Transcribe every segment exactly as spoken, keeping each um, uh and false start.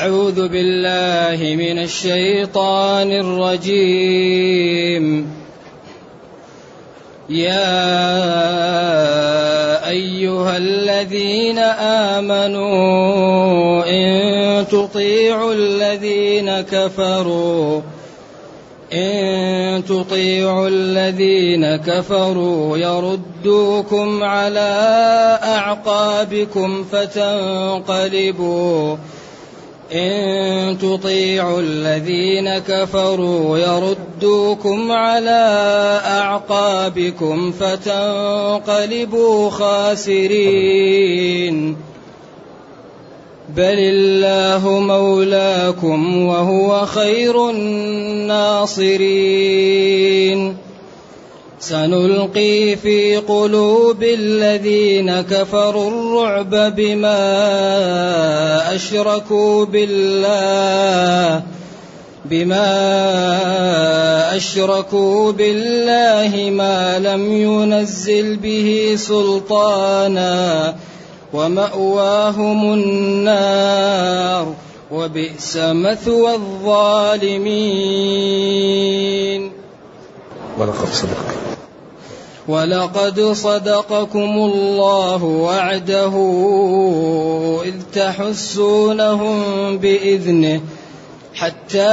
أعوذ بالله من الشيطان الرجيم. يا أيها الذين آمنوا إن تطيعوا الذين كفروا إن تطيعوا الذين كفروا يردوكم على أعقابكم فتنقلبوا إن تطيعوا الذين كفروا يردوكم على أعقابكم فتنقلبوا خاسرين. بل الله مولاكم وهو خير الناصرين. سنلقي في قلوب الذين كفروا الرعب بما أشركوا بالله بما أشركوا بالله ما لم ينزل به سلطانا ومأواهم النار وبئس مثوى الظالمين. ولقد صدق ولقد صدقكم الله وعده إذ تحسونهم بإذنه حتى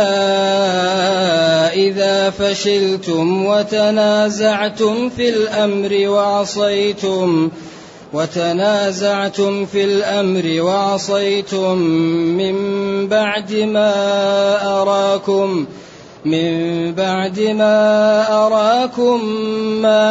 إذا فشلتم وتنازعتم في الأمر وعصيتم وتنازعتم في الأمر وعصيتم من بعد ما أراكم من بعد ما أراكم ما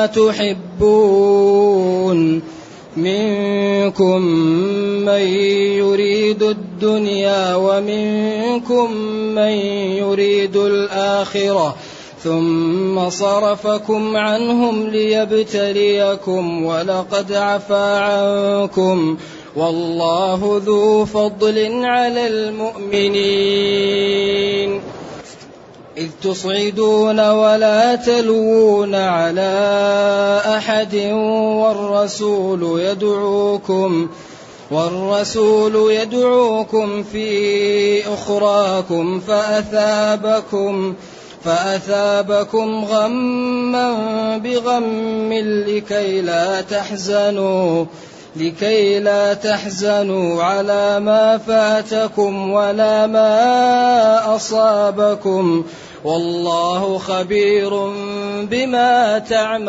تحبون منكم من يريد الدنيا ومنكم من يريد الآخرة ثم صرفكم عنهم ليبتليكم ولقد عفا عنكم والله ذو فضل على المؤمنين. إذ تصعدون ولا تلوون على أحد والرسول يدعوكم والرسول يدعوكم في أخراكم فأثابكم فأثابكم غما بغم لكي لا تحزنوا لكي لا تحزنوا على ما فاتكم ولا ما أصابكم والله خبير بما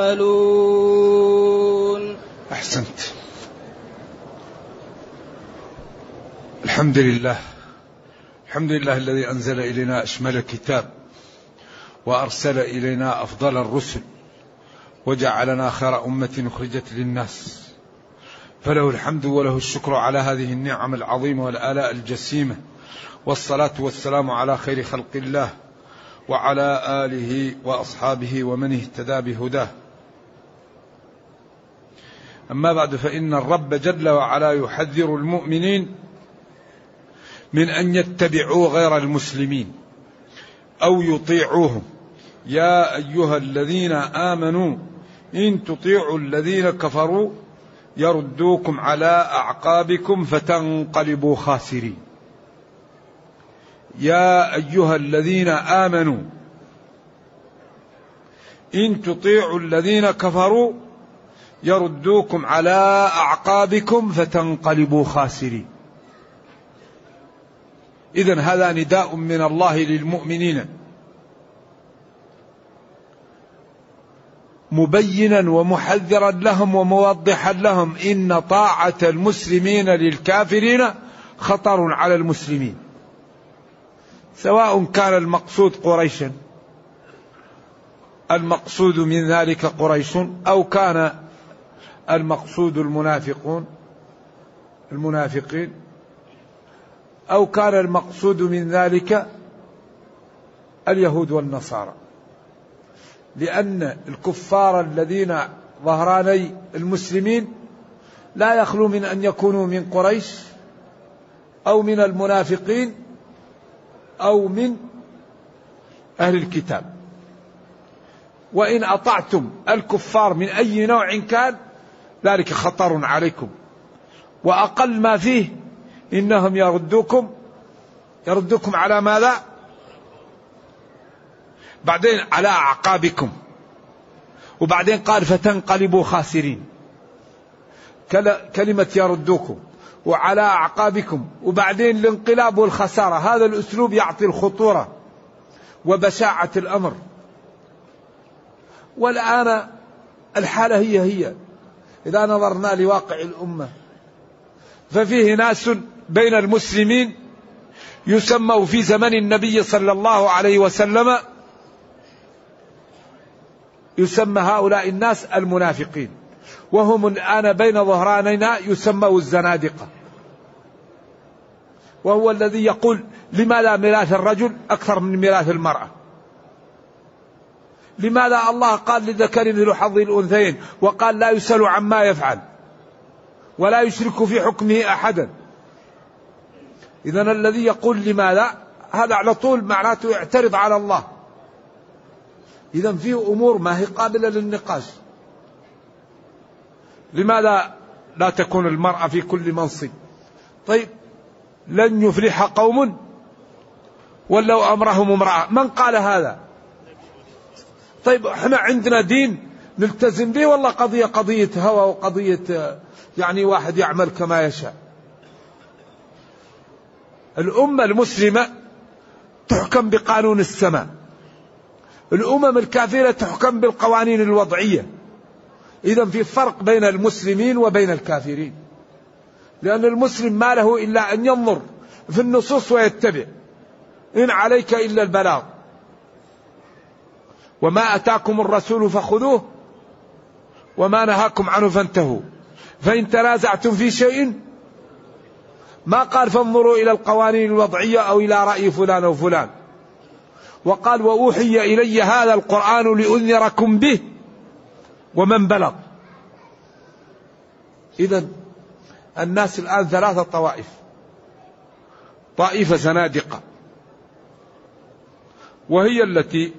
تعملون. أحسنت. الحمد لله الحمد لله الذي أنزل إلينا أشمل كتاب وأرسل إلينا أفضل الرسل وجعلنا خير أمة أخرجت للناس، فله الحمد وله الشكر على هذه النعم العظيمة والآلاء الجسيمة، والصلاة والسلام على خير خلق الله وعلى آله وأصحابه ومن اهتدى بهداه. أما بعد، فإن الرب جل وعلا يحذر المؤمنين من أن يتبعوا غير المسلمين أو يطيعوهم. يا أيها الذين آمنوا إن تطيعوا الذين كفروا يردوكم على أعقابكم فتنقلبوا خاسرين. يا أيها الذين آمنوا إن تطيعوا الذين كفروا يردوكم على أعقابكم فتنقلبوا خاسرين. إذن هذا نداء من الله للمؤمنين مبينا ومحذرا لهم وموضحا لهم إن طاعة المسلمين للكافرين خطر على المسلمين، سواء كان المقصود قريشا المقصود من ذلك قريش أو كان المقصود المنافقون المنافقين أو كان المقصود من ذلك اليهود والنصارى، لأن الكفار الذين ظهراني المسلمين لا يخلو من أن يكونوا من قريش أو من المنافقين أو من أهل الكتاب. وإن أطعتم الكفار من أي نوع كان ذلك خطر عليكم، وأقل ما فيه إنهم يردوكم يردكم على ماذا؟ بعدين على أعقابكم، وبعدين قال فتنقلبوا خاسرين. كلمة يردوكم وعلى أعقابكم وبعدين الانقلاب والخسارة، هذا الأسلوب يعطي الخطورة وبشاعة الأمر. والآن الحالة هي هي. إذا نظرنا لواقع الأمة ففيه ناس بين المسلمين يسموا في زمن النبي صلى الله عليه وسلم، يسمى هؤلاء الناس المنافقين، وهم الآن بين ظهرانينا يسموا الزنادقة. وهو الذي يقول لماذا ميراث الرجل أكثر من ميراث المرأة؟ لماذا الله قال للذكر مثل حظ الأنثيين وقال لا يسأل عما يفعل ولا يشرك في حكمه أحدا؟ إذن الذي يقول لماذا هذا على طول معناته يعترض على الله. إذن فيه أمور ما هي قابلة للنقاش. لماذا لا تكون المرأة في كل منصب؟ طيب لن يفلح قوم ولو أمرهم امرأة، من قال هذا؟ طيب احنا عندنا دين نلتزم به ولا قضية قضية هوى وقضية يعني واحد يعمل كما يشاء؟ الأمة المسلمة تحكم بقانون السماء، الأمم الكافرة تحكم بالقوانين الوضعية. إذن في فرق بين المسلمين وبين الكافرين، لأن المسلم ما له إلا أن ينظر في النصوص ويتبع، إن عليك إلا البلاغ، وما أتاكم الرسول فخذوه وما نهاكم عنه فانتهوا، فإن تنازعتم في شيء ما قال فانظروا إلى القوانين الوضعية أو إلى رأي فلان أو فلان، وقال وأوحي إلي هذا القرآن لأنذركم به ومن بلغ. إذن الناس الآن ثلاثة طوائف: طائفة زنادقة وهي التي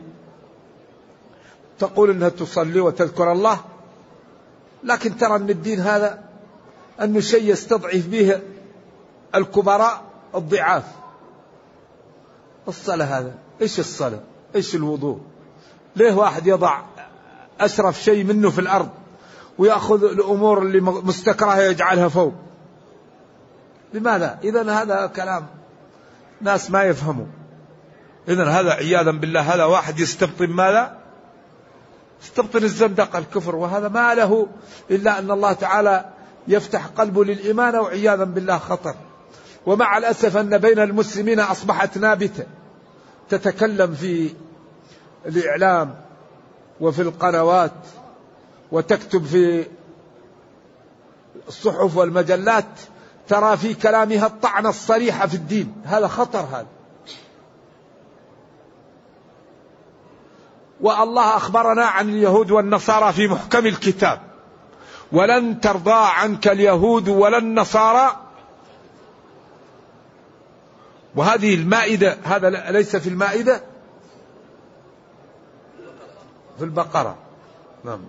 تقول أنها تصلي وتذكر الله، لكن ترى أن الدين هذا أنه شيء يستضعف به الكبراء الضعاف. الصلاة هذا إيش الصلاة؟ إيش الوضوء؟ ليه واحد يضع أشرف شيء منه في الأرض ويأخذ الأمور اللي مستكرهة يجعلها فوق؟ لماذا؟ إذن هذا كلام ناس ما يفهموا. إذن هذا عياذا بالله هذا واحد يستبطن ماذا؟ يستبطن الزندقة الكفر، وهذا ما له إلا أن الله تعالى يفتح قلبه للإيمان، وعياذا بالله خطر. ومع الأسف أن بين المسلمين أصبحت نابتة تتكلم في الإعلام وفي القنوات وتكتب في الصحف والمجلات، ترى في كلامها الطعنة الصريحة في الدين. هذا خطر هذا. والله أخبرنا عن اليهود والنصارى في محكم الكتاب: ولن ترضى عنك اليهود ولا النصارى. وهذه المائدة، هذا ليس في المائدة، في البقرة. نعم.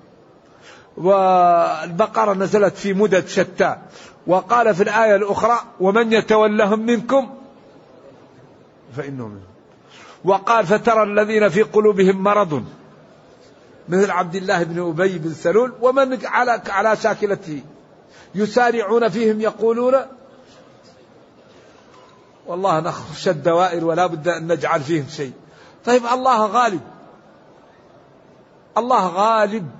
والبقرة نزلت في مدد شتى. وقال في الآية الأخرى: ومن يتولهم منكم فإنه منهم. وقال: فترى الذين في قلوبهم مرض مثل عبد الله بن أبي بن سلول ومن على على شاكلته يسارعون فيهم يقولون، والله نخشى الدوائر ولا بد أن نجعل فيهم شيء. طيب الله غالب، الله غالب،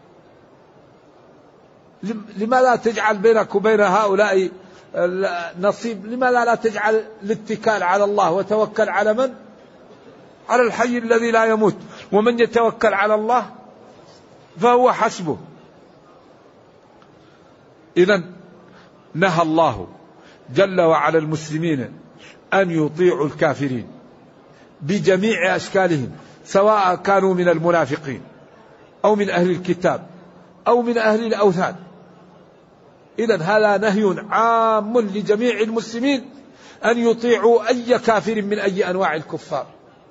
لماذا تجعل بينك وبين هؤلاء نصيب؟ لماذا لا تجعل الاتكال على الله وتوكل على من؟ على الحي الذي لا يموت. ومن يتوكل على الله فهو حسبه. إذن نهى الله جل وعلا المسلمين أن يطيعوا الكافرين بجميع أشكالهم، سواء كانوا من المنافقين أو من أهل الكتاب أو من أهل الأوثان. إذن هذا نهي عام لجميع المسلمين أن يطيعوا أي كافر من أي أنواع الكفار.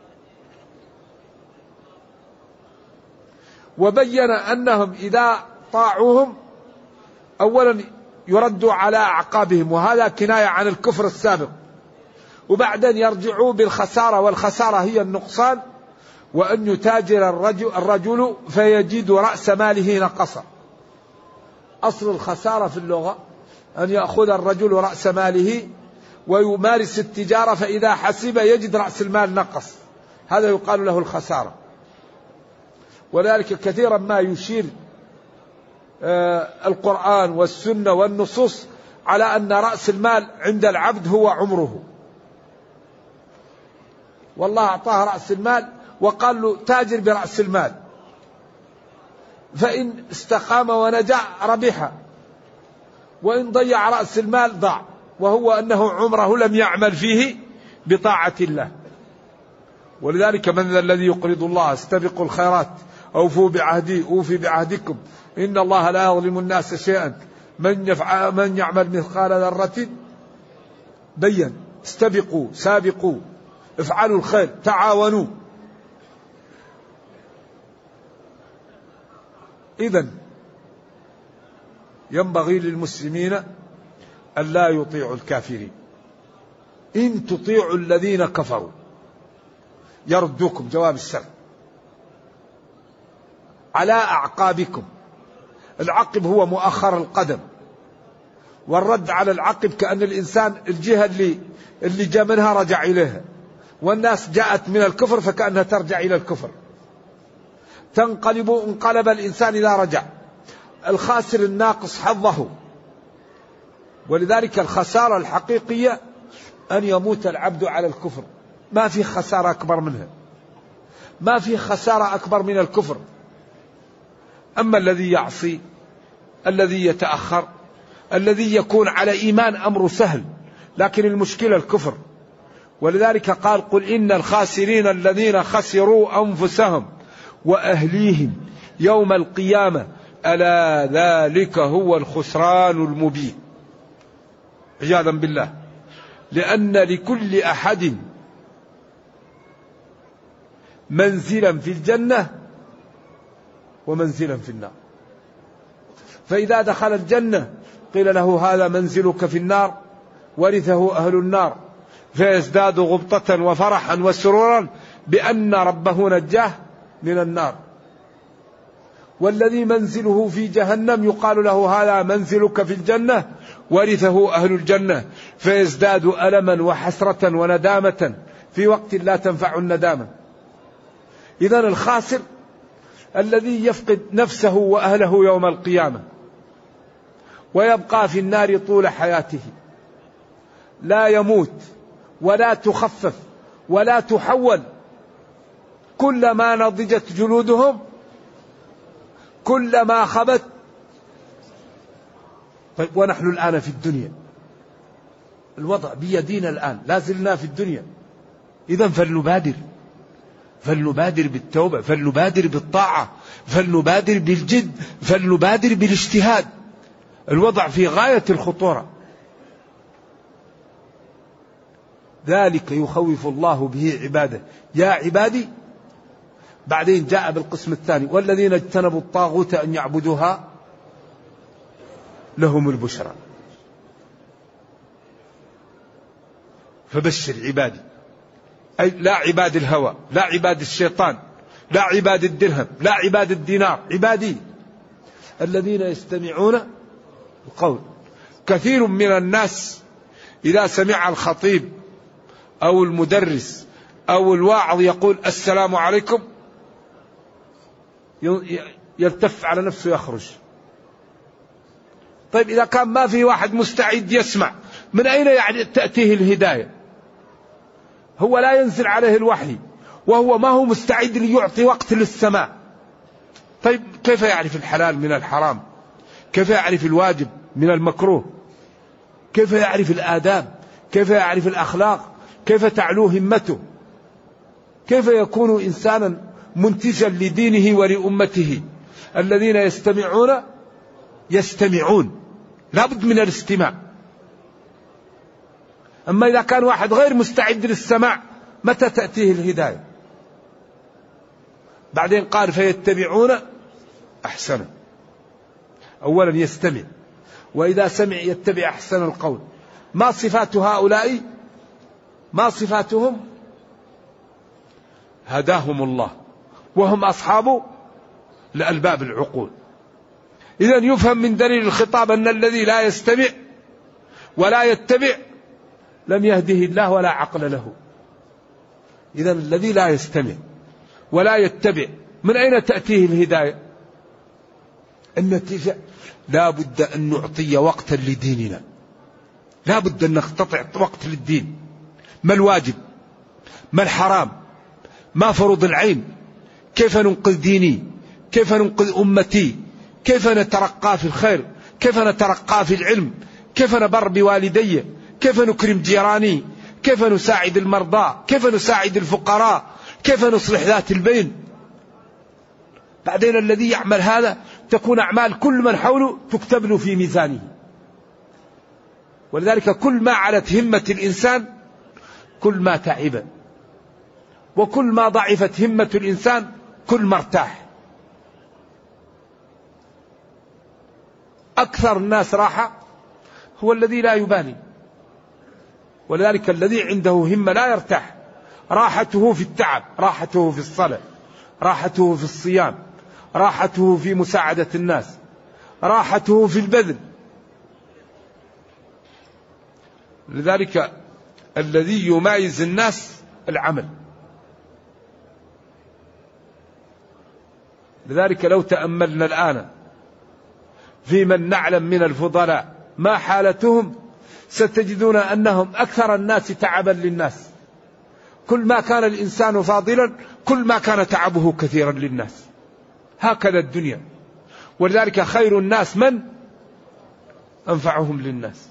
وبين أنهم إذا طاعوهم أولا يردوا على أعقابهم، وهذا كناية عن الكفر السابق. وبعدين يرجعوا بالخسارة، والخسارة هي النقصان، وأن يتاجر الرجل, الرجل فيجد رأس ماله نقصا. أصل الخسارة في اللغة أن يأخذ الرجل رأس ماله ويمارس التجارة، فإذا حسب يجد رأس المال نقص، هذا يقال له الخسارة. ولذلك كثيرا ما يشير القرآن والسنة والنصوص على أن رأس المال عند العبد هو عمره، والله أعطاه رأس المال وقال له تاجر برأس المال، فإن استقام ونجع ربح، وإن ضيع رأس المال ضاع، وهو أنه عمره لم يعمل فيه بطاعة الله. ولذلك من ذا الذي يقرض الله؟ استبقوا الخيرات، أوفوا بعهدي أوفي بعهدكم، إن الله لا يظلم الناس شيئا، من يفعل من يعمل مثقال ذرة بين، استبقوا سابقوا افعلوا الخير تعاونوا. إذن ينبغي للمسلمين أن لا يطيعوا الكافرين. إن تطيعوا الذين كفروا يردوكم، جواب الشرط، على أعقابكم. العقب هو مؤخر القدم، والرد على العقب كأن الإنسان الجهة اللي اللي جاء منها رجع إليها، والناس جاءت من الكفر فكأنها ترجع إلى الكفر. تنقلب انقلب الإنسان إذا رجع. الخاسر الناقص حظه. ولذلك الخسارة الحقيقية أن يموت العبد على الكفر، ما في خسارة أكبر منها، ما في خسارة أكبر من الكفر. أما الذي يعصي، الذي يتأخر، الذي يكون على إيمان أمره سهل، لكن المشكلة الكفر. ولذلك قال قل إن الخاسرين الذين خسروا أنفسهم وأهليهم يوم القيامة ألا ذلك هو الخسران المبين. عياذا بالله. لأن لكل أحد منزلا في الجنة ومنزلا في النار، فإذا دخل الجنة قيل له هذا منزلك في النار، ورثه أهل النار فيزداد غبطة وفرحا وسرورا بأن ربه نجاه من النار. والذي منزله في جهنم يقال له هذا منزلك في الجنة، ورثه أهل الجنة فيزداد ألما وحسرة وندامة في وقت لا تنفع الندامة. إذن الخاسر الذي يفقد نفسه وأهله يوم القيامة ويبقى في النار طول حياته، لا يموت ولا تخفف ولا تحول، كلما نضجت جلودهم كلما خبت. طيب ونحن الآن في الدنيا، الوضع بيدينا الآن، لا زلنا في الدنيا. إذن فلنبادر فلنبادر بالتوبة، فلنبادر بالطاعة، فلنبادر بالجد، فلنبادر بالاجتهاد. الوضع في غاية الخطورة. ذلك يخوف الله به عباده يا عبادي. بعدين جاء بالقسم الثاني والذين اجتنبوا الطاغوت أن يعبدوها لهم البشرى. فبشر عبادي، أي لا عباد الهوى، لا عباد الشيطان، لا عباد الدرهم، لا عباد الدينار، عبادي الذين يستمعون القول. كثير من الناس إذا سمع الخطيب أو المدرس أو الواعظ يقول السلام عليكم يلتف على نفسه يخرج. طيب إذا كان ما في واحد مستعد يسمع، من أين يعني تأتيه الهداية؟ هو لا ينزل عليه الوحي وهو ما هو مستعد ليعطي وقت للسماع. طيب كيف يعرف الحلال من الحرام؟ كيف يعرف الواجب من المكروه؟ كيف يعرف الآداب؟ كيف يعرف الأخلاق؟ كيف تعلو همته؟ كيف يكون إنسانا منتجا لدينه ولأمته؟ الذين يستمعون يستمعون، لا بد من الاستماع. أما إذا كان واحد غير مستعد للسماع متى تأتيه الهداية؟ بعدين قال فيتبعون أحسنه. أولا يستمع، وإذا سمع يتبع أحسن القول. ما صفات هؤلاء؟ ما صفاتهم؟ هداهم الله وهم أصحاب لألباب العقول. إذن يفهم من دليل الخطاب أن الذي لا يستمع ولا يتبع لم يهده الله ولا عقل له. إذن الذي لا يستمع ولا يتبع من أين تأتيه الهداية؟ النتيجة لا بد أن نعطي وقتا لديننا، لا بد أن نقتطع وقت للدين. ما الواجب؟ ما الحرام؟ ما فرض العين؟ كيف ننقذ ديني؟ كيف ننقذ أمتي؟ كيف نترقى في الخير؟ كيف نترقى في العلم؟ كيف نبر بوالدي؟ كيف نكرم جيراني؟ كيف نساعد المرضى؟ كيف نساعد الفقراء؟ كيف نصلح ذات البين؟ بعدين الذي يعمل هذا تكون أعمال كل من حوله تكتب له في ميزانه. ولذلك كل ما علت همة الإنسان كل ما تعب، وكل ما ضعفت همة الإنسان كل ما ارتاح. أكثر الناس راحة هو الذي لا يبالي، ولذلك الذي عنده همة لا يرتاح. راحته في التعب، راحته في الصلاة، راحته في الصيام، راحته في مساعدة الناس، راحته في البذل. لذلك الذي يميز الناس العمل. لذلك لو تأملنا الآن في من نعلم من الفضلاء ما حالتهم ستجدون أنهم أكثر الناس تعبا للناس. كل ما كان الإنسان فاضلا كل ما كان تعبه كثيرا للناس. هكذا الدنيا. ولذلك خير الناس من أنفعهم للناس.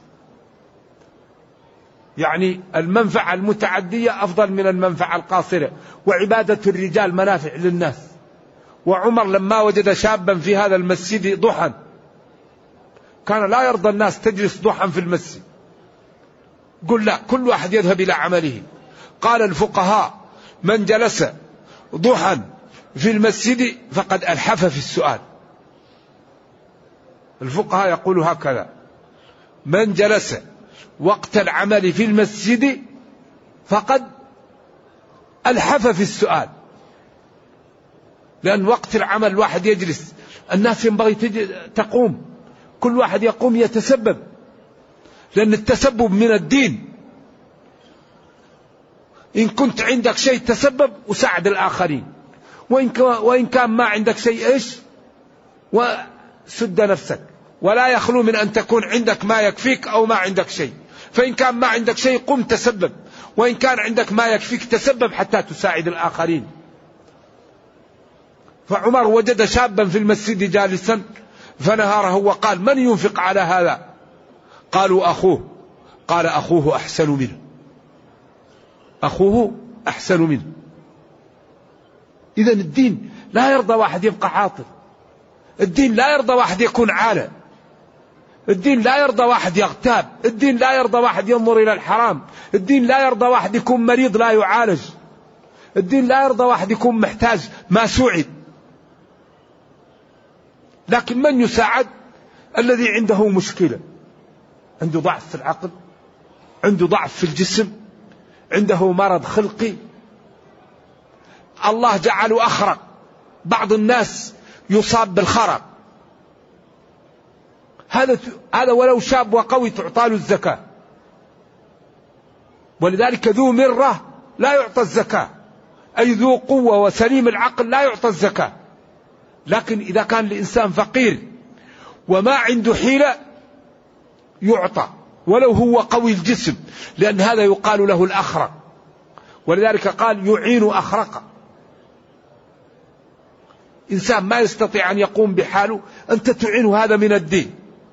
يعني المنفعة المتعدية أفضل من المنفعة القاصرة. وعبادة الرجال منافع للناس. وعمر لما وجد شابا في هذا المسجد ضحى كان لا يرضى الناس تجلس ضحى في المسجد، قل لا، كل واحد يذهب إلى عمله. قال الفقهاء من جلس ضحى في المسجد فقد ألحف في السؤال. الفقهاء يقولوا هكذا: من جلس وقت العمل في المسجد فقد ألحف في السؤال. لأن وقت العمل الواحد يجلس، الناس ينبغي تقوم، كل واحد يقوم يتسبب، لأن التسبب من الدين. إن كنت عندك شيء تسبب وساعد الآخرين، وإن كان ما عندك شيء إيش وسد نفسك. ولا يخلو من أن تكون عندك ما يكفيك أو ما عندك شيء. فإن كان ما عندك شيء قم تسبب، وإن كان عندك ما يكفيك تسبب حتى تساعد الآخرين. فعمر وجد شابا في المسجد جالسا فنهاره وقال: من ينفق على هذا؟ قالوا: أخوه. قال: أخوه أحسن منه، أخوه أحسن منه. إذن الدين لا يرضى واحد يبقى عاطل، الدين لا يرضى واحد يكون عالة، الدين لا يرضى واحد يغتاب، الدين لا يرضى واحد ينظر إلى الحرام، الدين لا يرضى واحد يكون مريض لا يعالج، الدين لا يرضى واحد يكون محتاج ما سوعد. لكن من يساعد؟ الذي عنده مشكلة، عنده ضعف في العقل، عنده ضعف في الجسم، عنده مرض خلقي، الله جعله أخرق. بعض الناس يصاب بالخرق، هذا هذا ولو شاب وقوي تعطى له الزكاة. ولذلك ذو مرة لا يعطى الزكاة، أي ذو قوة وسليم العقل لا يعطى الزكاة. لكن إذا كان الإنسان فقير وما عنده حيلة يعطى ولو هو قوي الجسم، لأن هذا يقال له الأخرق. ولذلك قال: يعين أخرق. إنسان ما يستطيع أن يقوم بحاله أنت تعينه، هذا من الدين.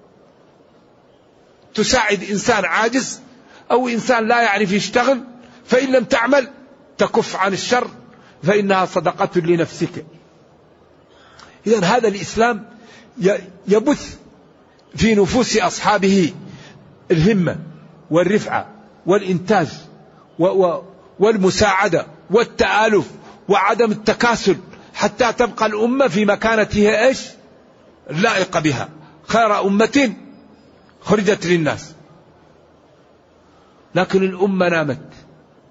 تساعد إنسان عاجز أو إنسان لا يعرف يشتغل، فإن لم تعمل تكف عن الشر فإنها صدقة لنفسك. إذن هذا الإسلام يبث في نفوس أصحابه الهمة والرفعة والإنتاج والمساعدة والتآلف وعدم التكاسل، حتى تبقى الأمة في مكانتها إيش اللائقة بها، خير أمة خرجت للناس. لكن الأمة نامت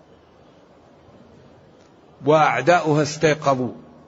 وأعداؤها استيقظوا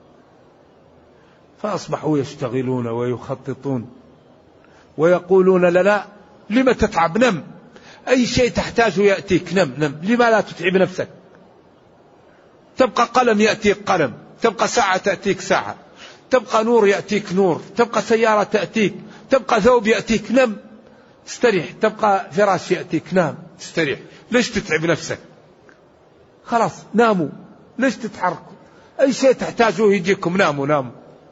فأصبحوا يشتغلون ويخططون ويقولون لنا لم تتعب؟ نم، أي شيء تحتاجه يأتيك، نم نم، لما لا تتعب نفسك؟ تبقى قلم يأتيك قلم، تبقى ساعة تأتيك ساعة، تبقى نور يأتيك نور، تبقى سيارة تأتيك، تبقى ثوب يأتيك، نم استريح، تبقى فراش يأتيك، نام استريح، ليش تتعب نفسك؟ خلاص ناموا، ليش تتحركوا؟ أي شيء تحتاجوه يجيكم، ناموا ناموا.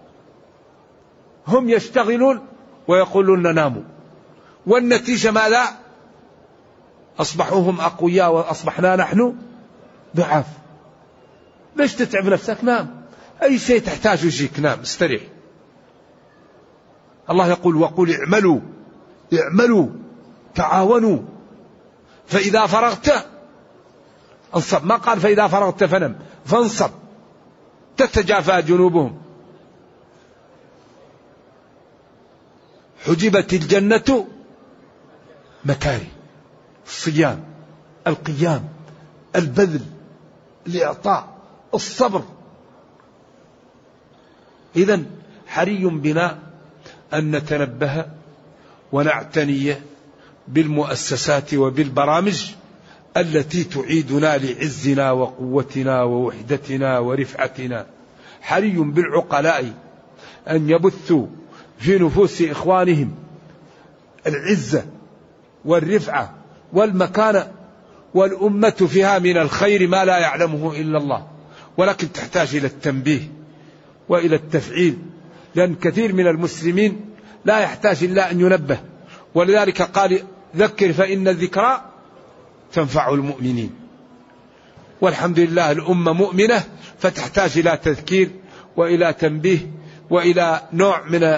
هم يشتغلون ويقولون ناموا، والنتيجة ماذا؟ أصبحوا هم أقوياء وأصبحنا نحن ضعاف. ليش تتعب نفسك؟ نام، أي شيء تحتاجه يجيك، نام استريح. الله يقول وقل اعملوا اعملوا تعاونوا فإذا فرغت انصب، ما قال فإذا فرغت فنم، فانصب. تتجافى جنوبهم. حجبت الجنة مكاري، الصيام، القيام، البذل، الإعطاء، الصبر. إذن حري بنا أن نتنبه ونعتني بالمؤسسات وبالبرامج التي تعيدنا لعزنا وقوتنا ووحدتنا ورفعتنا. حري بالعقلاء أن يبثوا في نفوس إخوانهم العزة والرفعة والمكانة، والأمة فيها من الخير ما لا يعلمه إلا الله، ولكن تحتاج إلى التنبيه وإلى التفعيل، لأن كثير من المسلمين لا يحتاج إلا أن ينبه. ولذلك قال ذكر فإن الذكرى تنفع المؤمنين. والحمد لله الأمة مؤمنة، فتحتاج إلى تذكير وإلى تنبيه وإلى نوع من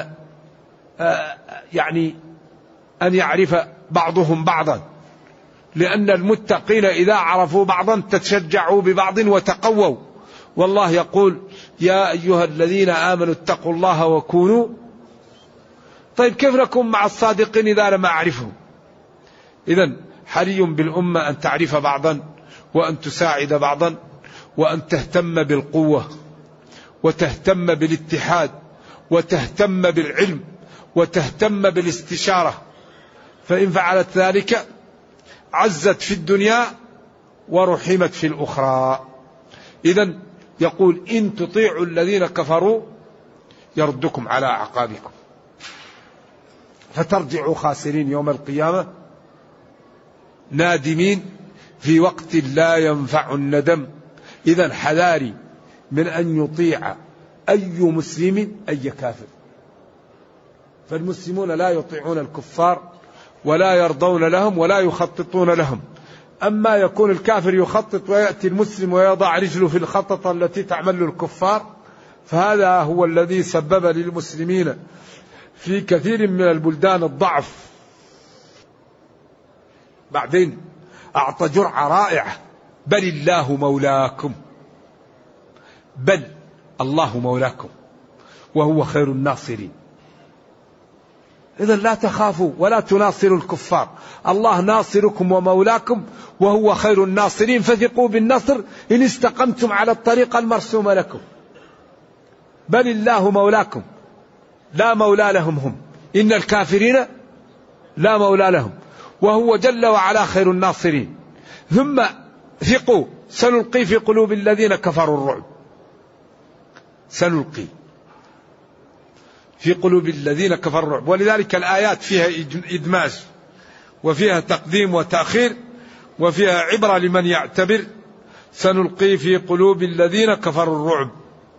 يعني أن يعرف بعضهم بعضا، لأن المتقين إذا عرفوا بعضا تشجعوا ببعض وتقووا. والله يقول يا أيها الذين آمنوا اتقوا الله وكونوا. طيب كيف نكون مع الصادقين إذا لم أعرفهم؟ إذن حري بالأمة أن تعرف بعضا وأن تساعد بعضا وأن تهتم بالقوة وتهتم بالاتحاد وتهتم بالعلم وتهتم بالاستشارة، فإن فعلت ذلك عزت في الدنيا ورحمت في الأخرى. إذن يقول إن تطيعوا الذين كفروا يردكم على أعقابكم فترجعوا خاسرين يوم القيامة نادمين في وقت لا ينفع الندم. إذن حذاري من أن يطيع أي مسلم أي كافر. فالمسلمون لا يطيعون الكفار ولا يرضون لهم ولا يخططون لهم. أما يكون الكافر يخطط ويأتي المسلم ويضع رجله في الخطط التي تعمل الكفار، فهذا هو الذي سبب للمسلمين في كثير من البلدان الضعف. بعدين أعطى جرعة رائعة، بل الله مولاكم، بل الله مولاكم وهو خير الناصرين. إذن لا تخافوا ولا تناصروا الكفار، الله ناصركم ومولاكم وهو خير الناصرين، فثقوا بالنصر إن استقمتم على الطريقة المرسومة لكم. بل الله مولاكم، لا مولى لهم هم، إن الكافرين لا مولى لهم، وهو جل وعلا خير الناصرين. ثم ثقوا سنلقي في قلوب الذين كفروا الرعب، سنلقي في قلوب الذين كفروا الرعب. ولذلك الآيات فيها إدماج وفيها تقديم وتأخير وفيها عبرة لمن يعتبر. سنلقي في قلوب الذين كفروا الرعب.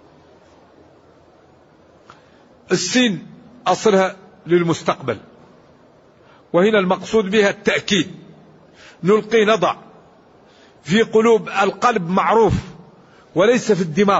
السين أصلها للمستقبل، وهنا المقصود بها التأكيد. نلقي نضع في قلوب، القلب معروف وليس في الدماغ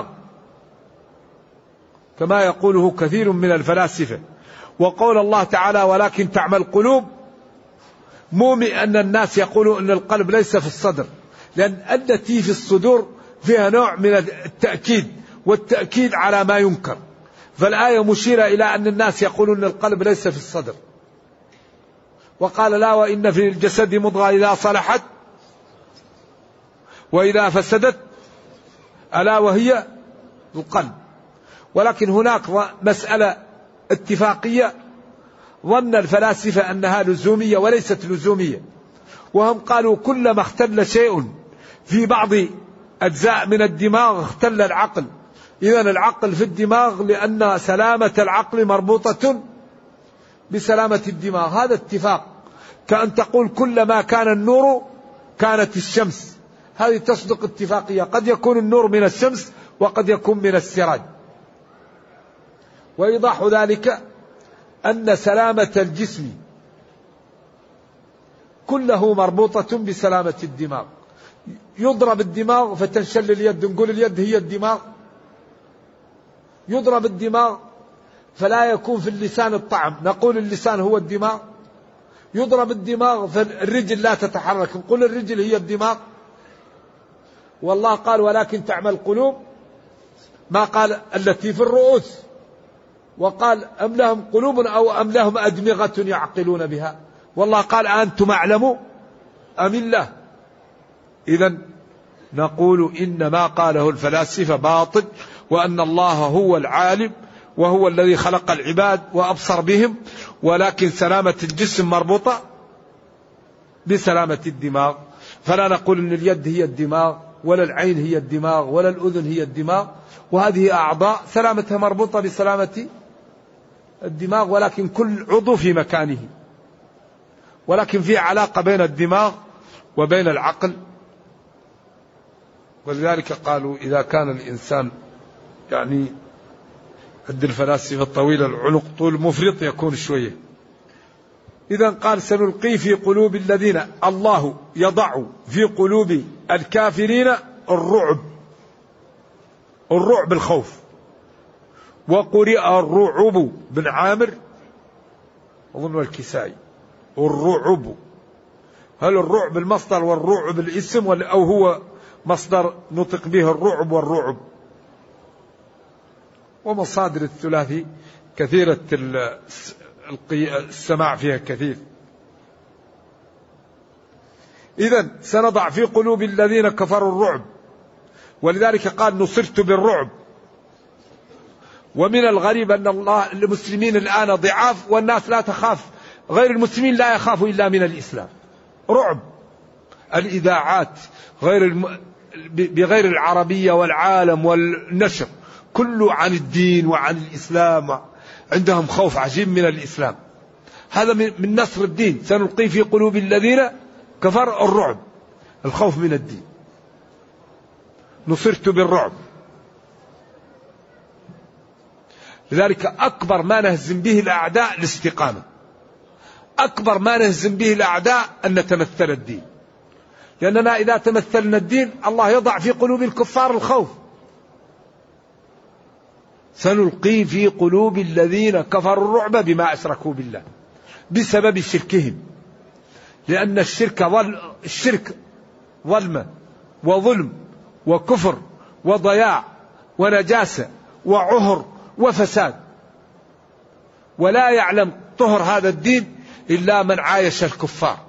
كما يقوله كثير من الفلاسفة. وقول الله تعالى ولكن تعمى القلوب، مومئ أن الناس يقولوا أن القلب ليس في الصدر، لأن التي في الصدور فيها نوع من التأكيد، والتأكيد على ما ينكر. فالآية مشيرة إلى أن الناس يقولون أن القلب ليس في الصدر. وقال لا وإن في الجسد مضغة إذا صلحت وإذا فسدت ألا وهي القلب. ولكن هناك مسألة اتفاقية ظن الفلاسفة أنها لزومية وليست لزومية، وهم قالوا كلما اختل شيء في بعض أجزاء من الدماغ اختل العقل. إذن العقل في الدماغ لأن سلامة العقل مربوطة بسلامة الدماغ، هذا اتفاق. كأن تقول كلما كان النور كانت الشمس، هذه تصدق اتفاقية، قد يكون النور من الشمس وقد يكون من السراج. وإيضاح ذلك أن سلامة الجسم كله مربوطة بسلامة الدماغ. يضرب الدماغ فتنشل اليد، نقول اليد هي الدماغ. يضرب الدماغ فلا يكون في اللسان الطعم، نقول اللسان هو الدماغ. يضرب الدماغ فالرجل لا تتحرك، نقول الرجل هي الدماغ. والله قال ولكن تعمل القلوب، ما قال التي في الرؤوس، وقال أم لهم قلوب أو أم لهم أدمغة يعقلون بها. والله قال أنتم أعلم أم الله. إذن نقول إن ما قاله الفلاسفة باطل، وأن الله هو العالم وهو الذي خلق العباد وأبصر بهم، ولكن سلامة الجسم مربوطة بسلامة الدماغ. فلا نقول أن اليد هي الدماغ ولا العين هي الدماغ ولا الأذن هي الدماغ، وهذه أعضاء سلامتها مربوطة بسلامة الدماغ، ولكن كل عضو في مكانه. ولكن في علاقة بين الدماغ وبين العقل. ولذلك قالوا إذا كان الإنسان يعني عند الفلاسفة الطويل العنق طول مفرط يكون شوية. إذا قال سنلقي في قلوب الذين، الله يضع في قلوب الكافرين الرعب، الرعب الخوف. وقرئ الرعب بن عامر أظن الكسائي الرعب. هل الرعب المصدر والرعب الاسم، أو هو مصدر نطق به الرعب والرعب؟ ومصادر الثلاثي كثيرة السماع فيها كثير. إذن سنضع في قلوب الذين كفروا الرعب، ولذلك قال نصرت بالرعب. ومن الغريب أن الله المسلمين الآن ضعاف والناس لا تخاف، غير المسلمين لا يخافوا إلا من الإسلام. رعب. الإذاعات غير الم... بغير العربية والعالم والنشر كله عن الدين وعن الإسلام، عندهم خوف عجيب من الإسلام. هذا من نصر الدين. سنلقي في قلوب الذين كفر الرعب، الخوف من الدين. نصرت بالرعب. لذلك أكبر ما نهزم به الأعداء الاستقامة. أكبر ما نهزم به الأعداء أن نتمثل الدين، لأننا إذا تمثلنا الدين الله يضع في قلوب الكفار الخوف. سنلقي في قلوب الذين كفروا الرعب بما أشركوا بالله، بسبب شركهم. لأن الشرك ظل الشرك ظلمة وظلم وكفر وضياع ونجاسة وعهر وفساد، ولا يعلم طهر هذا الدين إلا من عايش الكفار.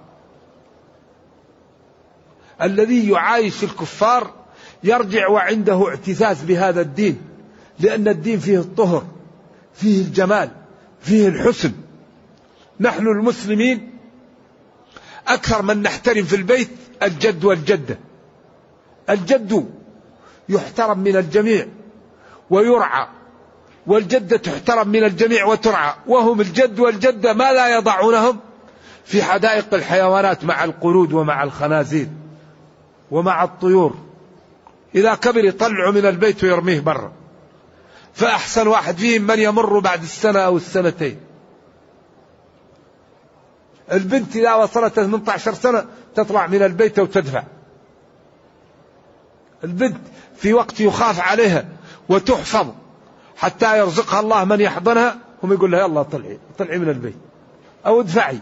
الذي يعايش الكفار يرجع وعنده اعتزاز بهذا الدين، لأن الدين فيه الطهر، فيه الجمال، فيه الحسن. نحن المسلمين أكثر من نحترم في البيت الجد والجدة. الجد يحترم من الجميع ويرعى، والجدة تحترم من الجميع وترعى، وهم الجد والجدة ما لا يضعونهم في حدائق الحيوانات مع القرود ومع الخنازير ومع الطيور. إذا كبر يطلعوا من البيت ويرميه برا. فأحسن واحد فيهم من يمر بعد السنة أو السنتين. البنت إذا وصلت ثمانية عشر سنة تطلع من البيت وتدفع. البنت في وقت يخاف عليها وتحفظ حتى يرزقها الله من يحضنها، هم يقول لها يلا طلعي طلعي من البيت أو ادفعي.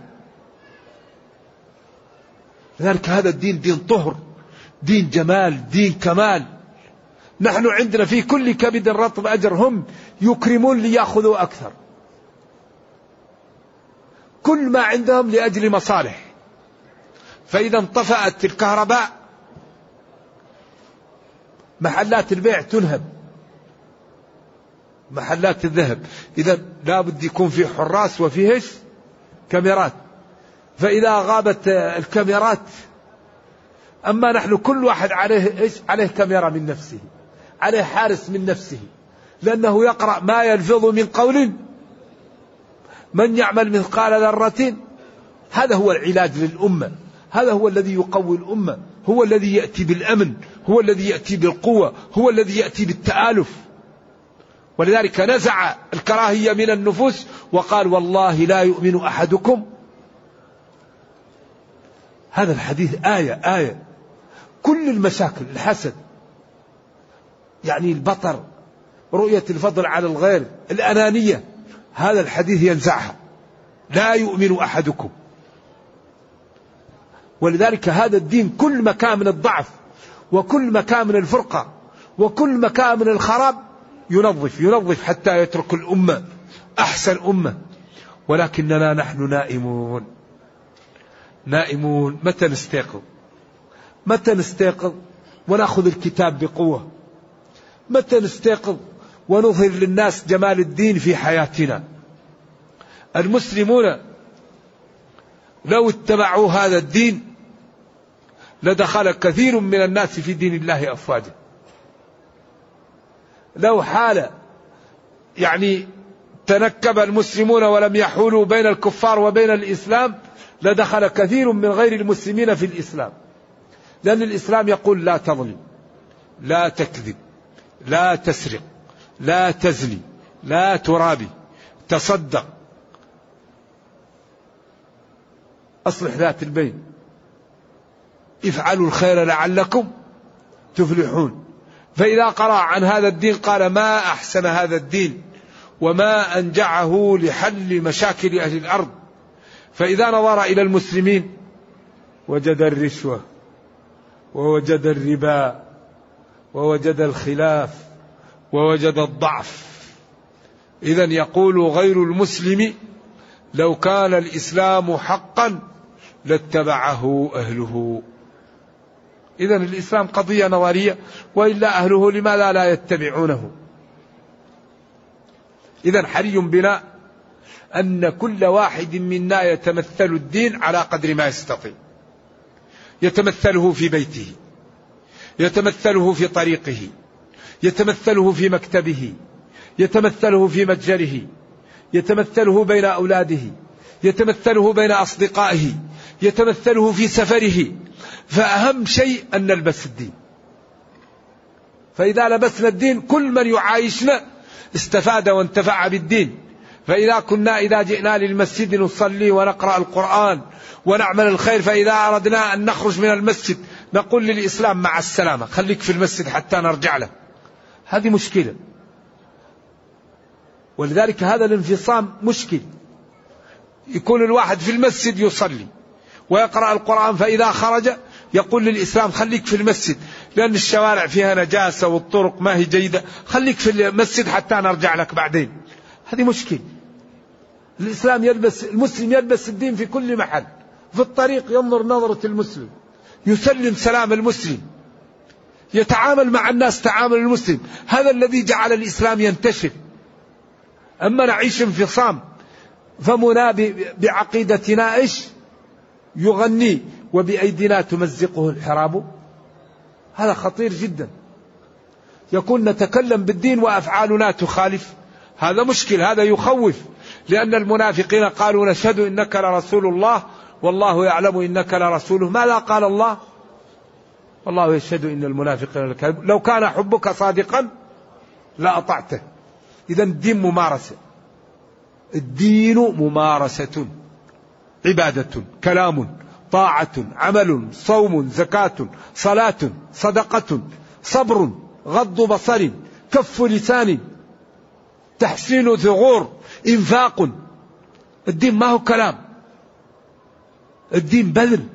لذلك هذا الدين دين طهر، دين جمال، دين كمال. نحن عندنا في كل كبد رطب أجر، هم يكرمون ليأخذوا أكثر. كل ما عندهم لأجل مصالح. فإذا انطفأت الكهرباء محلات البيع تنهب، محلات الذهب، إذا لا بد يكون في حراس وفيه كاميرات. فإذا غابت الكاميرات، أما نحن كل واحد عليه إيش؟ عليه كاميرا من نفسه، عليه حارس من نفسه، لأنه يقرأ ما يلفظ من قول من يعمل مثقال ذرة. هذا هو العلاج للأمة، هذا هو الذي يقوي الأمة، هو الذي يأتي بالأمن، هو الذي يأتي بالقوة، هو الذي يأتي بالتآلف. ولذلك نزع الكراهية من النفوس وقال والله لا يؤمن أحدكم. هذا الحديث آية آية. كل المشاكل، الحسد، يعني البطر، رؤية الفضل على الغير، الأنانية، هذا الحديث ينزعها. لا يؤمن أحدكم. ولذلك هذا الدين كل مكان من الضعف وكل مكان من الفرقة وكل مكان من الخراب ينظف ينظف حتى يترك الأمة أحسن أمة. ولكننا نحن نائمون نائمون. متى نستيقظ؟ متى نستيقظ ونأخذ الكتاب بقوة؟ متى نستيقظ ونظهر للناس جمال الدين في حياتنا؟ المسلمون لو اتبعوا هذا الدين لدخل كثير من الناس في دين الله أفواجا. لو حال يعني تنكب المسلمون ولم يحولوا بين الكفار وبين الإسلام لدخل كثير من غير المسلمين في الإسلام، لأن الإسلام يقول لا تظلم، لا تكذب، لا تسرق، لا تزني، لا ترابي، تصدق، أصلح ذات البين، افعلوا الخير لعلكم تفلحون. فإذا قرأ عن هذا الدين قال ما أحسن هذا الدين وما أنجعه لحل مشاكل أهل الأرض. فإذا نظر إلى المسلمين وجد الرشوة ووجد الربا ووجد الخلاف ووجد الضعف. إذن يقول غير المسلم لو كان الإسلام حقا لاتبعه أهله. إذن الإسلام قضية نظرية، وإلا أهله لماذا لا يتبعونه؟ إذن حري بنا أن كل واحد منا يتمثل الدين على قدر ما يستطيع. يتمثله في بيته، يتمثله في طريقه، يتمثله في مكتبه، يتمثله في متجره، يتمثله بين أولاده، يتمثله بين أصدقائه، يتمثله في سفره. فأهم شيء أن نلبس الدين. فإذا لبسنا الدين كل من يعايشنا استفاد وانتفع بالدين. فإذا كنا إذا جئنا للمسجد نصلي ونقرأ القرآن ونعمل الخير، فإذا أردنا أن نخرج من المسجد نقول للإسلام مع السلامة، خليك في المسجد حتى نرجع له. هذه مشكلة. ولذلك هذا الانفصام مشكل. يكون الواحد في المسجد يصلي ويقرأ القرآن، فإذا خرج يقول للإسلام خليك في المسجد لأن الشوارع فيها نجاسة والطرق ما هي جيدة، خليك في المسجد حتى نرجع لك بعدين. هذه مشكلة. الإسلام يلبس، المسلم يلبس الدين في كل محل. في الطريق ينظر نظرة المسلم، يسلم سلام المسلم، يتعامل مع الناس تعامل المسلم. هذا الذي جعل الإسلام ينتشر. أما نعيش انفصام فمنا بعقيدتنا إيش يغني وبأيدينا تمزقه الحراب، هذا خطير جدا. يكون نتكلم بالدين وأفعالنا تخالف، هذا مشكل، هذا يخوف. لأن المنافقين قالوا نشهد إنك لرسول الله والله يعلم إنك لرسوله. ماذا قال الله؟ والله يشهد إن المنافقين لكاذبون. لو كان حبك صادقا لأطعته. إذا الدين ممارسة، الدين ممارسة، عبادة، كلام، طاعة، عمل، صوم، زكاة، صلاة، صدقة، صبر، غض بصر، كف لسان، تحسين ثغور، إنفاق. الدين ما هو كلام، الدين بذل.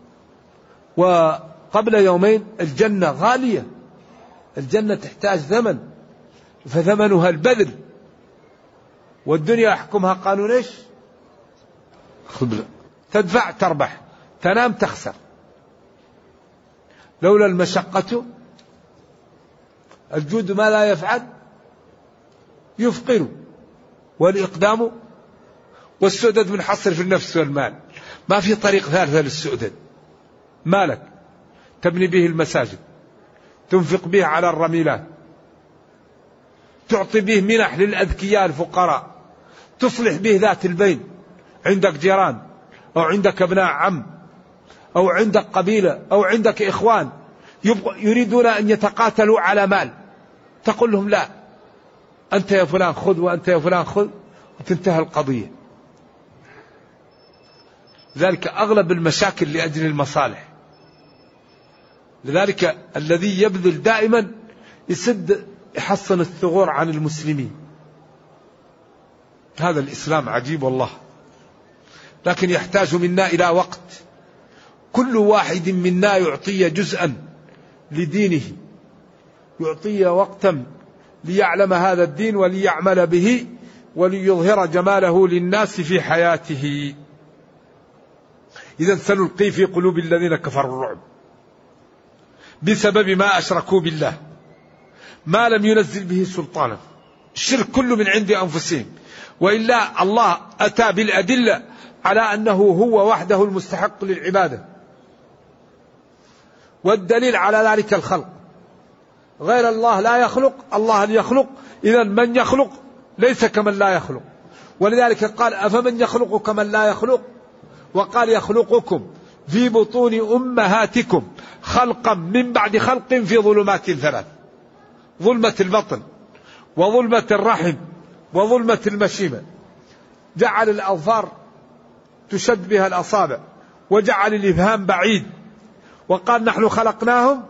وقبل يومين الجنة غالية، الجنة تحتاج ثمن، فثمنها البذل. والدنيا يحكمها قانون ايش؟ خبلة. تدفع تربح، تنام تخسر. لولا المشقة الجود ما لا يفعل يفقر، والإقدام والسؤدد منحصر في النفس والمال، ما في طريق ثالثة للسؤدد. مالك تبني به المساجد، تنفق به على الرميلات، تعطي به منح للأذكياء الفقراء، تصلح به ذات البين، عندك جيران أو عندك ابناء عم أو عندك قبيلة أو عندك إخوان يريدون أن يتقاتلوا على مال، تقول لهم لا، أنت يا فلان خذ وأنت يا فلان خذ، وتنتهي القضية. لذلك أغلب المشاكل لأجل المصالح. لذلك الذي يبذل دائما يسد يحصن الثغور عن المسلمين. هذا الإسلام عجيب والله، لكن يحتاج منا إلى وقت، كل واحد منا يعطي جزءا لدينه، يعطي وقتا ليعلم هذا الدين وليعمل به وليظهر جماله للناس في حياته. إذا سنلقي في قلوب الذين كفروا الرعب بسبب ما أشركوا بالله ما لم ينزل به سلطانا. الشرك كله من عند أنفسهم، وإلا الله أتى بالأدلة على أنه هو وحده المستحق للعبادة، والدليل على ذلك الخلق. غير الله لا يخلق، الله يخلق، إذا من يخلق ليس كمن لا يخلق. ولذلك قال أفمن يخلق كمن لا يخلق، وقال يخلقكم في بطون أمهاتكم خلقا من بعد خلق في ظلمات ثلاث، ظلمة البطن وظلمة الرحم وظلمة المشيمة. جعل الأظفار تشد بها الأصابع، وجعل الإبهام بعيد، وقال نحن خلقناهم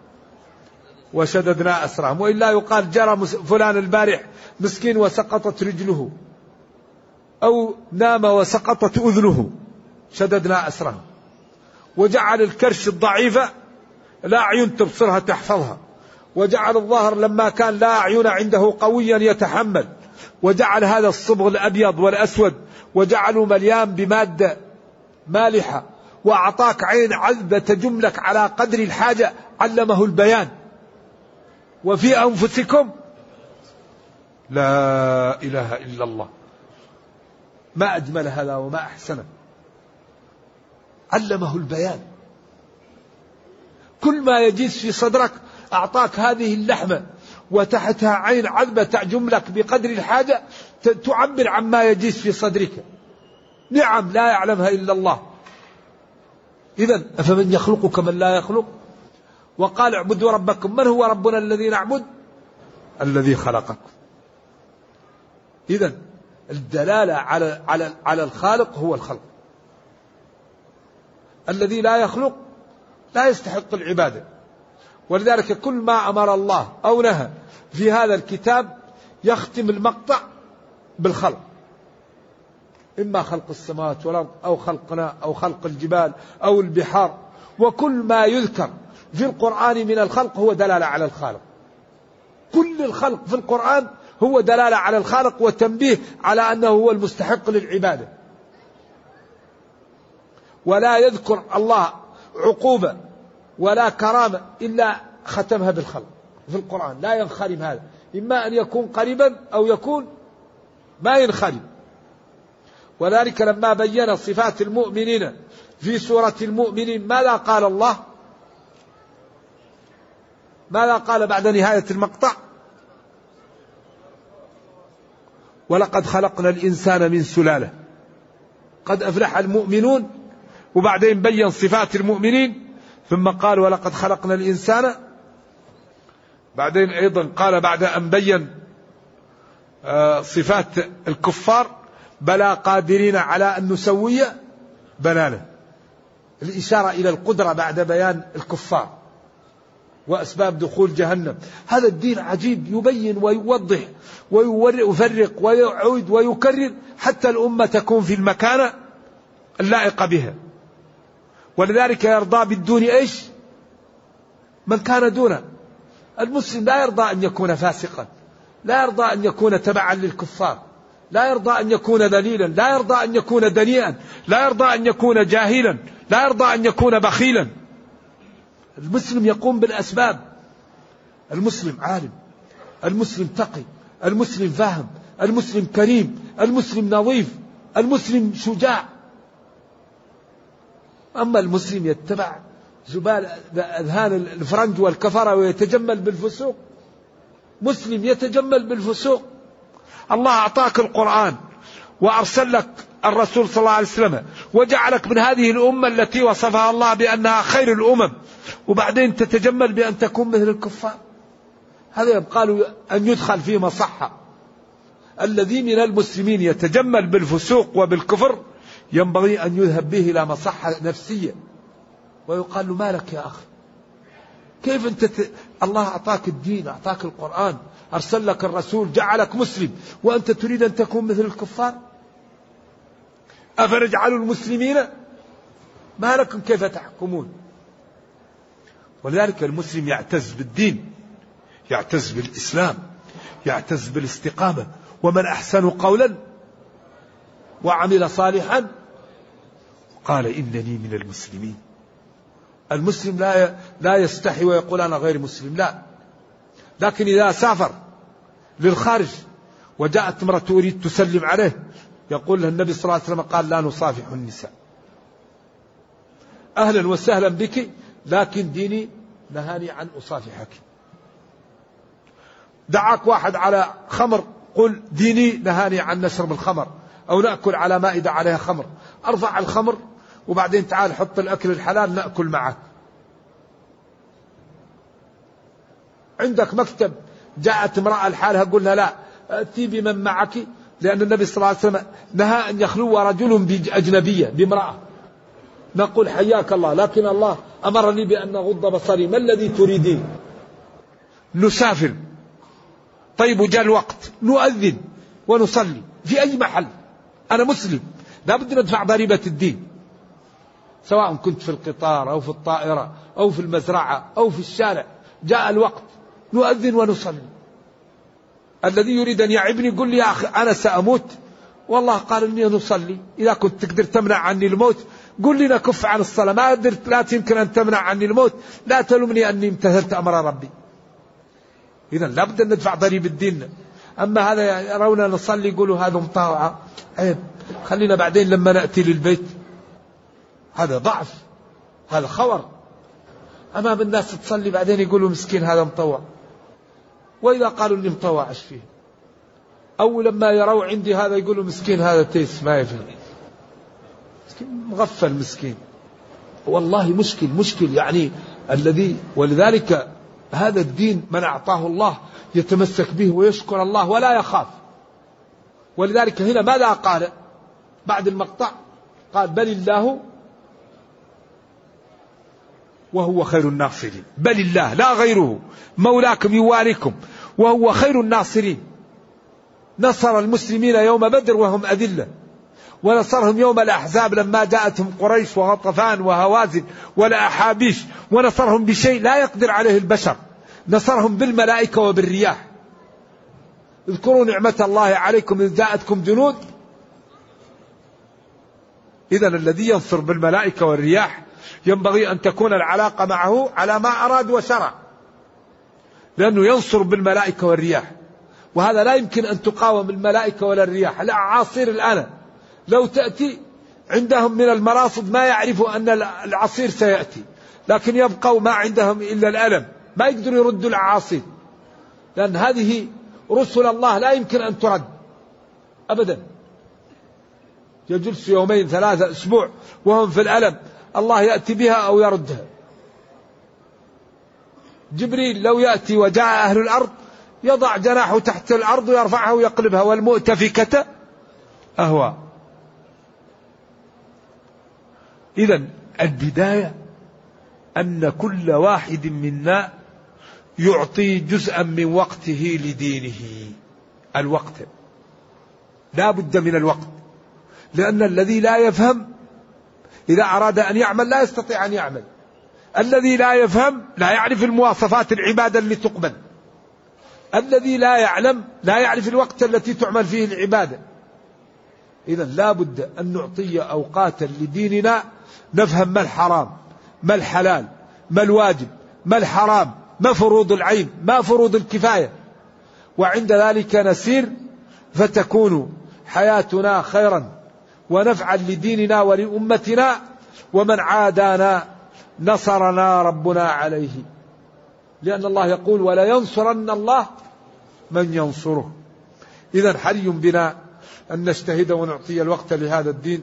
وشددنا أسرهم. وإلا يقال جرى فلان البارح مسكين وسقطت رجله، أو نام وسقطت أذنه، شددنا أسرهم. وجعل الكرش الضعيفة لا أعين تبصرها تحفظها، وجعل الظهر لما كان لا أعين عنده قويا يتحمل، وجعل هذا الصبغ الأبيض والأسود وجعله مليان بمادة مالحة، وأعطاك عين عذبة تجملك على قدر الحاجة، علمه البيان. وفي أنفسكم لا إله إلا الله، ما أجمل هذا وما أحسنه، علمه البيان. كل ما يجيس في صدرك أعطاك هذه اللحمة، وتحتها عين عذبة تعجملك بقدر الحاجة تعبر عما يجيس في صدرك، نعم لا يعلمها إلا الله. إذن أفمن يخلق كمن لا يخلق. وقال اعبدوا ربكم، من هو ربنا الذي نعبد؟ الذي خلقكم. إذن الدلالة على على على الخالق هو الخلق. الذي لا يخلق لا يستحق العبادة. ولذلك كل ما أمر الله أو نهى في هذا الكتاب يختم المقطع بالخلق، إما خلق السماوات والأرض أو خلقنا أو خلق الجبال أو البحار. وكل ما يذكر في القرآن من الخلق هو دلالة على الخالق. كل الخلق في القرآن هو دلالة على الخالق وتنبيه على أنه هو المستحق للعبادة. ولا يذكر الله عقوبة ولا كرامة إلا ختمها بالخلق في القرآن، لا ينخرم هذا، إما أن يكون قريبا أو يكون ما ينخرم. وذلك لما بين صفات المؤمنين في سورة المؤمنين ماذا قال الله؟ ماذا قال بعد نهاية المقطع؟ ولقد خلقنا الإنسان من سلالة. قد أفلح المؤمنون، وبعدين بين صفات المؤمنين، ثم قال ولقد خلقنا الإنسان. بعدين أيضا قال بعد أن بين صفات الكفار بلى قادرين على أن نسوي بنانا، الإشارة إلى القدرة بعد بيان الكفار وأسباب دخول جهنم. هذا الدين عجيب، يبين ويوضح ويفرق ويعود ويكرر حتى الأمة تكون في المكانة اللائقة بها. ولذلك يرضى بالدون إيش؟ من كان دونه. المسلم لا يرضى أن يكون فاسقا، لا يرضى أن يكون تبعا للكفار، لا يرضى أن يكون ذليلا، لا يرضى أن يكون دنيئا، لا يرضى أن يكون جاهلا، لا يرضى أن يكون بخيلا. المسلم يقوم بالأسباب. المسلم عالم، المسلم تقي، المسلم فاهم، المسلم كريم، المسلم نظيف، المسلم شجاع. أما المسلم يتبع زبال أذهان الفرنج والكفرة ويتجمل بالفسوق. مسلم يتجمل بالفسوق. الله أعطاك القرآن وأرسل لك الرسول صلى الله عليه وسلم وجعلك من هذه الأمة التي وصفها الله بأنها خير الأمم، وبعدين تتجمل بأن تكون مثل الكفار. هذا يبقى أن يدخل في مصحة. الذي من المسلمين يتجمل بالفسوق وبالكفر ينبغي أن يذهب به إلى مصحة نفسية ويقال له ما لك يا أخي، كيف أنت ت... الله أعطاك الدين، أعطاك القرآن، أرسل لك الرسول، جعلك مسلم، وأنت تريد أن تكون مثل الكفار؟ أفنجعل المسلمين ما لكم كيف تحكمون. ولذلك المسلم يعتز بالدين، يعتز بالإسلام، يعتز بالاستقامة. ومن أحسن قولا وعمل صالحا قال إنني من المسلمين. المسلم لا لا يستحي ويقول أنا غير مسلم، لا. لكن إذا سافر للخارج وجاءت امرأة تريد تسلم عليه يقول له النبي صلى الله عليه وسلم قال لا نصافح النساء. أهلا وسهلا بك، لكن ديني نهاني عن أصافحك. دعاك واحد على خمر، قل ديني نهاني عن نشرب الخمر أو نأكل على مائدة عليها خمر. أرفع الخمر وبعدين تعال حط الأكل الحلال نأكل معك. عندك مكتب جاءت امرأة لحالها قل لها لا أتي بمن معك، لأن النبي صلى الله عليه وسلم نهى أن يخلو رجل بأجنبية بامرأة. نقول حياك الله، لكن الله أمرني بأن أغض بصري. ما الذي تريدين؟ نسافر. طيب وجاء الوقت نؤذن ونصلي في أي محل. أنا مسلم لا بد ندفع ضريبة الدين، سواء كنت في القطار أو في الطائرة أو في المزرعة أو في الشارع. جاء الوقت نؤذن ونصلي. الذي يريد أن يعبني يقول لي يا أخي أنا سأموت، والله قال إني نصلي. إذا كنت تقدر تمنع عني الموت قل لي نكف عن الصلاة. ما قدرت لا يمكن أن تمنع عني الموت لا تلومني أني امتثلت أمر ربي. إذن لا بد أن ندفع ضريبة الدين. أما هذا يرون نصلي يقولوا هذا مطاوعة، عيب، خلينا بعدين لما نأتي للبيت. هذا ضعف، هذا خور أمام الناس. تصلي بعدين يقولوا مسكين هذا مطوع. وإذا قالوا إني مطوع إيش فيه؟ أو لما يروا عندي هذا يقولوا مسكين هذا تيس ما يفهم، مسكين مغفل مسكين. والله مشكل مشكل يعني الذي. ولذلك هذا الدين من أعطاه الله يتمسك به ويشكر الله ولا يخاف. ولذلك هنا ماذا قال بعد المقطع؟ قال بل الله وهو خير الناصرين. بل الله لا غيره مولاكم يواليكم وهو خير الناصرين. نصر المسلمين يوم بدر وهم أذلة، ونصرهم يوم الأحزاب لما جاءتهم قريش وغطفان وهوازن والأحابيش، ونصرهم بشيء لا يقدر عليه البشر. نصرهم بالملائكة وبالرياح. اذكروا نعمة الله عليكم إذ جاءتكم جنود. إذن الذي ينصر بالملائكة والرياح ينبغي أن تكون العلاقة معه على ما أراد وشرع، لأنه ينصر بالملائكة والرياح. وهذا لا يمكن أن تقاوم الملائكة ولا الرياح. الأعاصير الآن لو تأتي عندهم من المراصد ما يعرفوا أن العصير سيأتي، لكن يبقوا ما عندهم إلا الألم، ما يقدروا يردوا الأعاصير، لأن هذه رسل الله لا يمكن أن ترد أبدا. يجلس يومين ثلاثة أسبوع وهم في الألم، الله يأتي بها أو يردها. جبريل لو يأتي وجاء أهل الأرض يضع جناحه تحت الأرض ويرفعها ويقلبها، والمؤتفكة أهوى. إذن البداية أن كل واحد منا يعطي جزءا من وقته لدينه. الوقت لا بد من الوقت، لأن الذي لا يفهم إذا أراد أن يعمل لا يستطيع أن يعمل. الذي لا يفهم لا يعرف المواصفات العبادة اللي تقبل. الذي لا يعلم لا يعرف الوقت التي تعمل فيه العبادة. إذن لا بد أن نعطي أوقاتا لديننا، نفهم ما الحرام ما الحلال ما الواجب ما الحرام ما فروض العين، ما فروض الكفاية، وعند ذلك نسير فتكون حياتنا خيرا ونفعا لديننا ولأمتنا، ومن عادانا نصرنا ربنا عليه، لأن الله يقول ولا ينصرن الله من ينصره. إذن حري بنا أن نجتهد ونعطي الوقت لهذا الدين.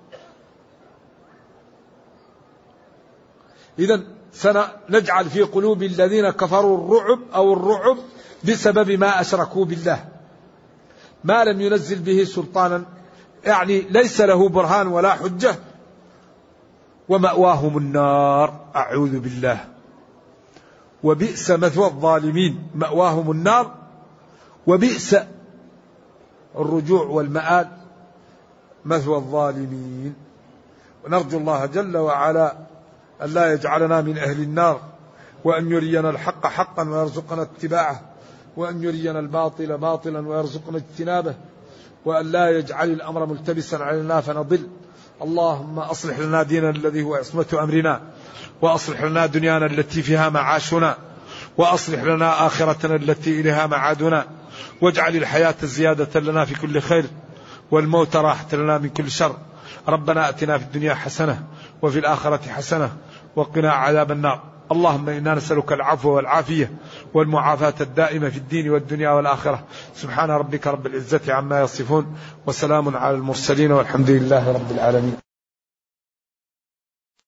إذن سنجعل في قلوب الذين كفروا الرعب أو الرعب بسبب ما أشركوا بالله ما لم ينزل به سلطانا، يعني ليس له برهان ولا حجة، ومأواهم النار، أعوذ بالله، وبئس مثوى الظالمين، مأواهم النار وبئس الرجوع والمآل مثوى الظالمين. ونرجو الله جل وعلا أن لا يجعلنا من أهل النار، وأن يرينا الحق حقا ويرزقنا اتباعه، وأن يرينا الباطل باطلا ويرزقنا اجتنابه، وأن لا يجعل الأمر ملتبسا علينا فنضل. اللهم أصلح لنا ديننا الذي هو عصمة أمرنا، وأصلح لنا دنيانا التي فيها معاشنا، وأصلح لنا آخرتنا التي إليها معادنا، واجعل الحياة زيادة لنا في كل خير، والموت راحة لنا من كل شر. ربنا أتنا في الدنيا حسنة وفي الآخرة حسنة وقنا عذاب النار. اللهم إنا نسألك العفو والعافية والمعافاة الدائمة في الدين والدنيا والآخرة. سبحان ربك رب العزة عما يصفون، وسلام على المرسلين، والحمد لله رب العالمين.